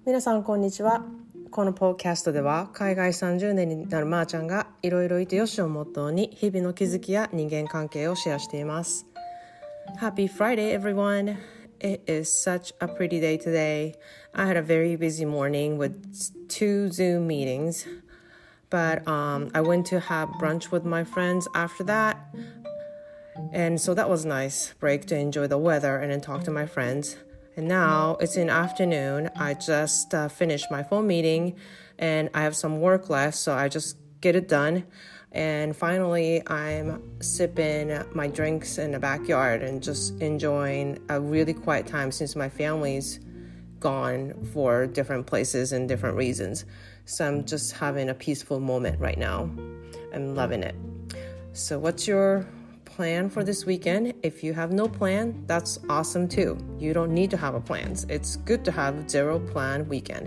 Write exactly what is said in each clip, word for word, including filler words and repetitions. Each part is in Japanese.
皆さんこんにちは。このポッドキャストでは海外さんじゅうねんになるまーちゃんがいろいろいてよしをモットーに日々の気づきや人間関係をシェアしています。 Happy Friday everyone. It is such a pretty day today. I had a very busy morning with two Zoom meetings, but um, I went to have brunch with my friends after that, and so that was a nice break to enjoy the weather and then talk to my friends.And now it's in afternoon. I just uh, finished my phone meeting and I have some work left, so I just get it done. And finally, I'm sipping my drinks in the backyard and just enjoying a really quiet time since my family's gone for different places and different reasons. So I'm just having a peaceful moment right now. I'm loving it. So what's your plan for this weekend? If you have no plan, that's awesome too. You don't need to have a plan. It's good to have zero plan weekend.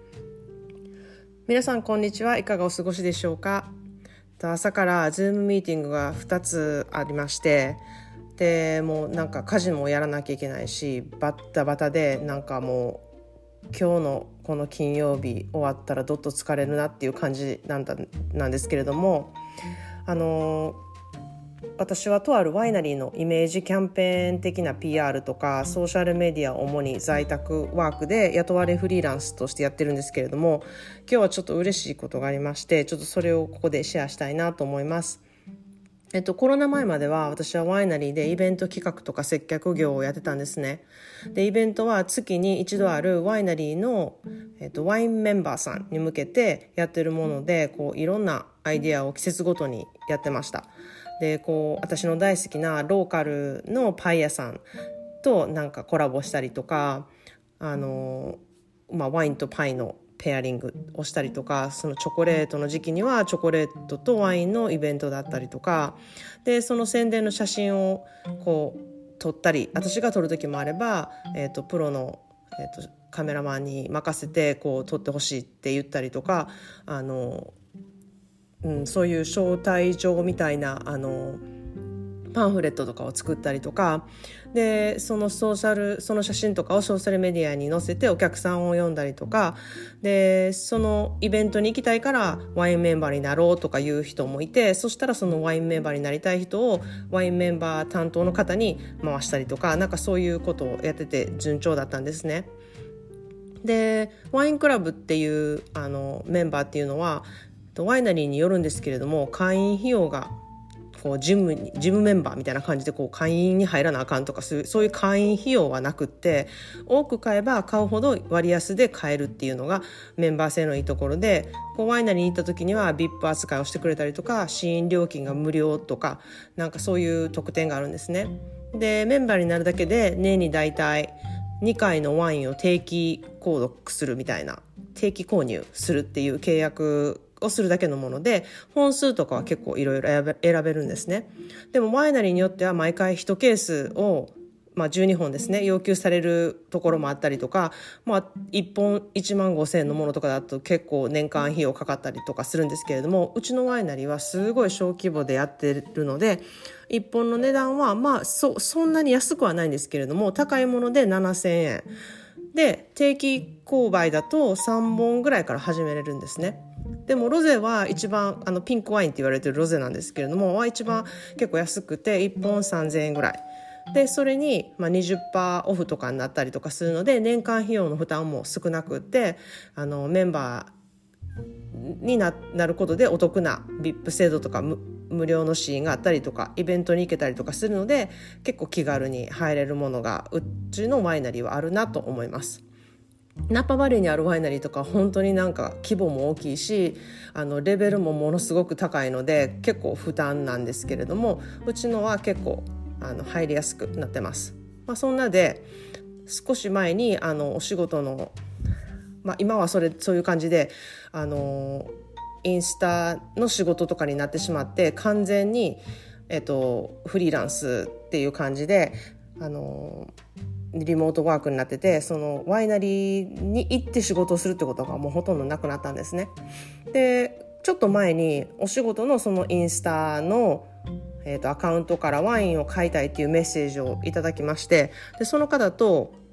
皆さんこんにちは。いかがお過ごしでしょうか。朝から Zoom ミーティングがふたつありまして、でもうなんか家事もやらなきゃいけないし、バッタバタでなんかもう今日のこの金曜日終わったらどっと疲れるなっていう感じなんだなんですけれども、あの私はとあるワイナリーのイメージキャンペーン的な ピーアール とかソーシャルメディアを主に在宅ワークで雇われフリーランスとしてやってるんですけれども、今日はちょっと嬉しいことがありまして、ちょっとそれをここでシェアしたいなと思います。えっと、コロナ前までは私はワイナリーでイベント企画とか接客業をやってたんですね。で、イベントは月に一度あるワイナリーの、えっと、ワインメンバーさんに向けてやってるもので、こういろんなアイデアを季節ごとにやってました。でこう私の大好きなローカルのパン屋さんとなんかコラボしたりとか、あの、まあ、ワインとパイのペアリングをしたりとか、そのチョコレートの時期にはチョコレートとワインのイベントだったりとかで、その宣伝の写真をこう撮ったり、私が撮る時もあれば、えーと、プロの、えーと、カメラマンに任せてこう撮ってほしいって言ったりとか、あのうん、そういう招待状みたいなあのパンフレットとかを作ったりとかで、そのソーシャルその写真とかをソーシャルメディアに載せてお客さんを呼んだりとかで、そのイベントに行きたいからワインメンバーになろうとかいう人もいて、そしたらそのワインメンバーになりたい人をワインメンバー担当の方に回したりとか、なんかそういうことをやってて順調だったんですね。でワインクラブっていうあのメンバーっていうのはワイナリーによるんですけれども、会員費用がこうジムにジムメンバーみたいな感じでこう会員に入らなあかんとか、そういう、そういう会員費用はなくって、多く買えば買うほど割安で買えるっていうのがメンバー制のいいところで、こうワイナリーに行った時には ブイアイピー 扱いをしてくれたりとか、試飲料金が無料とか、なんかそういう特典があるんですね。でメンバーになるだけで年にだいたいにかいのワインを定期購読するみたいな、定期購入するっていう契約をするだけのもので、本数とかは結構いろいろ選べるんですね。でもワイナリーによっては毎回いちケースを、まあ、じゅうにほんですね要求されるところもあったりとか、まあ、いっぽんいちまんごせんえんのものとかだと結構年間費用かかったりとかするんですけれども、うちのワイナリーはすごい小規模でやってるので、いっぽんの値段はまあ そ, そんなに安くはないんですけれども、高いものでななせんえんで、定期購買だとさんぼんぐらいから始めれるんですね。でもロゼは一番あのピンクワインって言われてるロゼなんですけれども、は一番結構安くていっぽんさんぜんえんぐらいで、それにまあ にじゅっパーセント オフとかになったりとかするので、年間費用の負担も少なくって、あのメンバーに な, なることでお得な ブイアイピー 制度とか無無料のシーンがあったりとか、イベントに行けたりとかするので、結構気軽に入れるものがうちのワイナリーはあるなと思います。ナッパバレーにあるワイナリーとか本当になんか規模も大きいし、あのレベルもものすごく高いので結構負担なんですけれども、うちのは結構あの入りやすくなってます。まあ、そんなで少し前にあのお仕事の、まあ、今はそれそういう感じであのインスタの仕事とかになってしまって、完全に、えっと、フリーランスっていう感じであのリモートワークになってて、そのワイナリーに行って仕事をするってことがもうほとんどなくなったんですね。でちょっと前にお仕事のそのインスタの、えーと、アカウントからワインを買いたいっていうメッセージをいただきまして、でその方と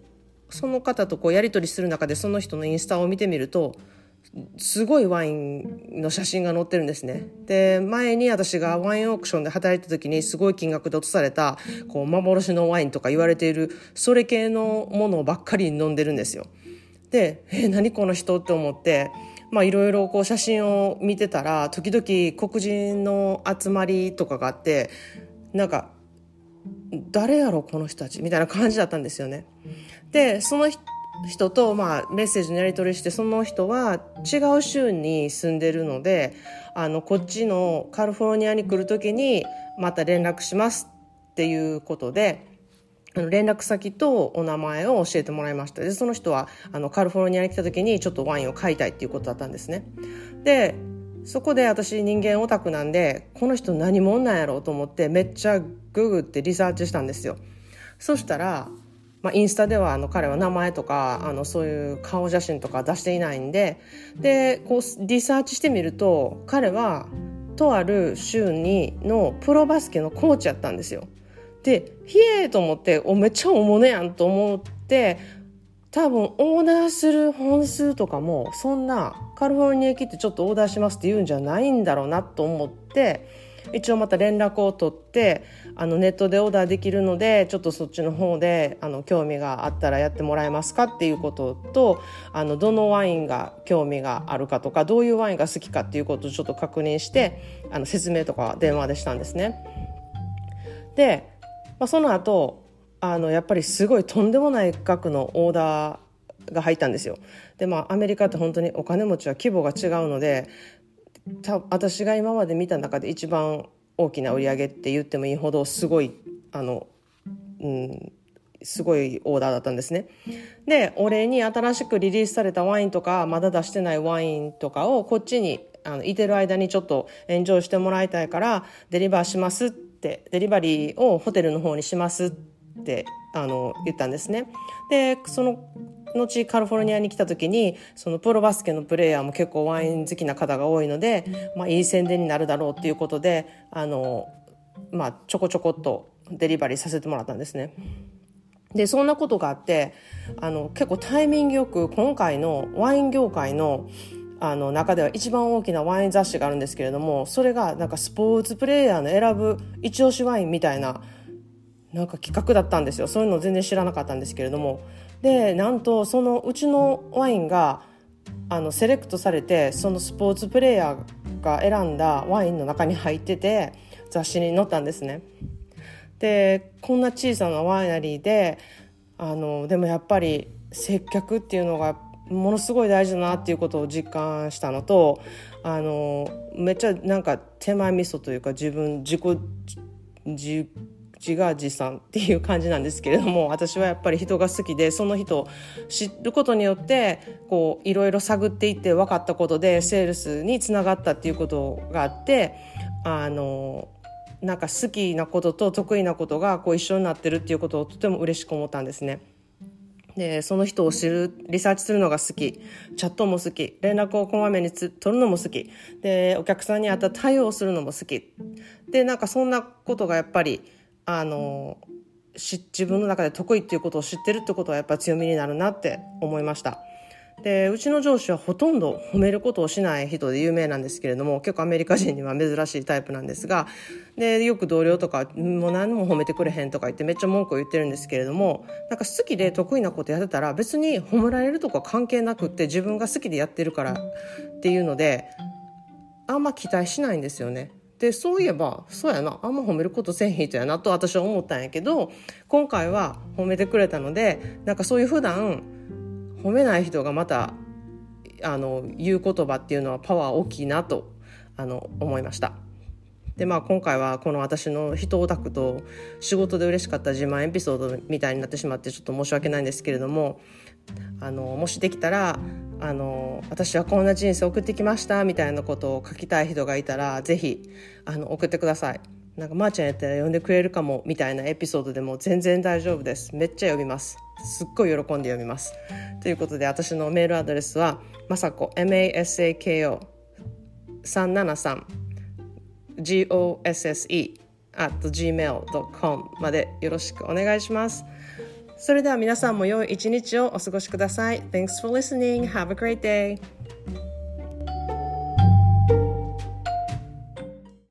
その方とこうやり取りする中でその人のインスタを見てみるとすごいワインの写真が載ってるんですね。で、前に私がワインオークションで働いた時にすごい金額で落とされたこう幻のワインとか言われているそれ系のものばっかり飲んでるんですよ。で、え、何この人って思って、まあいろいろこう写真を見てたら時々黒人の集まりとかがあって、なんか誰やろこの人たちみたいな感じだったんですよね。で、その人とまあメッセージのやり取りして、その人は違う州に住んでるので、あのこっちのカリフォルニアに来る時にまた連絡しますっていうことで、連絡先とお名前を教えてもらいました。で、その人はあのカリフォルニアに来た時にちょっとワインを買いたいっていうことだったんですね。で、そこで私人間オタクなんで、この人何者なんやろうと思ってめっちゃググってリサーチしたんですよ。そしたら、まあ、インスタではあの彼は名前とかあのそういう顔写真とか出していないんで、でこうリサーチしてみると彼はとある州にのプロバスケのコーチやったんですよ。で、ひえーと思って、おめっちゃおもねやんと思って、多分オーダーする本数とかもそんなカリフォルニア来てちょっとオーダーしますって言うんじゃないんだろうなと思って、一応また連絡を取って、あのネットでオーダーできるのでちょっとそっちの方であの興味があったらやってもらえますかっていうことと、あのどのワインが興味があるかとか、どういうワインが好きかっていうことをちょっと確認して、あの説明とか電話でしたんですね。で、まあ、その後あのやっぱりすごいとんでもない額のオーダーが入ったんですよ。で、まあアメリカって本当にお金持ちは規模が違うので、た私が今まで見た中で一番大きな売り上げって言ってもいいほどすごいあの、うん、すごいオーダーだったんですね。で、お礼に新しくリリースされたワインとかまだ出してないワインとかをこっちにあのいてる間にちょっとエンジョイしてもらいたいからデリバーしますって、デリバリーをホテルの方にしますってあの言ったんですね。で、その後カリフォルニアに来た時にそのプロバスケのプレイヤーも結構ワイン好きな方が多いので、まあ、いい宣伝になるだろうっていうことであの、まあ、ちょこちょこっとデリバリーさせてもらったんですね。で、そんなことがあってあの結構タイミングよく今回のワイン業界のあの中では一番大きなワイン雑誌があるんですけれども、それがなんかスポーツプレイヤーの選ぶ一押しワインみたいななんか企画だったんですよ。そういうの全然知らなかったんですけれども、で、なんとそのうちのワインがあのセレクトされて、そのスポーツプレイヤーが選んだワインの中に入ってて雑誌に載ったんですね。で、こんな小さなワイナリーであのでもやっぱり接客っていうのがものすごい大事だなっていうことを実感したのと、あのめっちゃなんか手前味噌というか自分自己自自画自賛っていう感じなんですけれども、私はやっぱり人が好きで、その人を知ることによってこういろいろ探っていって分かったことでセールスにつながったっていうことがあって、あのなんか好きなことと得意なことがこう一緒になってるっていうことをとても嬉しく思ったんですね。で、その人を知る、リサーチするのが好き、チャットも好き、連絡をこまめに取るのも好きで、お客さんに会った対応するのも好きで、なんかそんなことがやっぱりあの自分の中で得意っていうことを知ってるってことはやっぱり強みになるなって思いました。で、うちの上司はほとんど褒めることをしない人で有名なんですけれども、結構アメリカ人には珍しいタイプなんですが、で、よく同僚とかもう何も褒めてくれへんとか言ってめっちゃ文句を言ってるんですけれども、なんか好きで得意なことやってたら別に褒められるとか関係なくって、自分が好きでやってるからっていうのであんま期待しないんですよね。で、そういえばそうやな、あんま褒めることせんへん人やなと私は思ったんやけど、今回は褒めてくれたので、なんかそういう普段褒めない人がまたあの言う言葉っていうのはパワー大きいなとあの思いました。で、まあ、今回はこの私の人オタクと仕事で嬉しかった自慢エピソードみたいになってしまってちょっと申し訳ないんですけれども、あのもしできたらあの私はこんな人生送ってきましたみたいなことを書きたい人がいたらぜひあの送ってください。なんかまーちゃんやったら読んでくれるかもみたいなエピソードでも全然大丈夫です。めっちゃ読みます。すっごい喜んで読みます。ということで、私のメールアドレスはまさこ マサコ さんななさん ゴセ アット ジーメール ドット コム までよろしくお願いします。 それでは皆さんも良い一日をお過ごしください。Thanks for listening. Have a great day.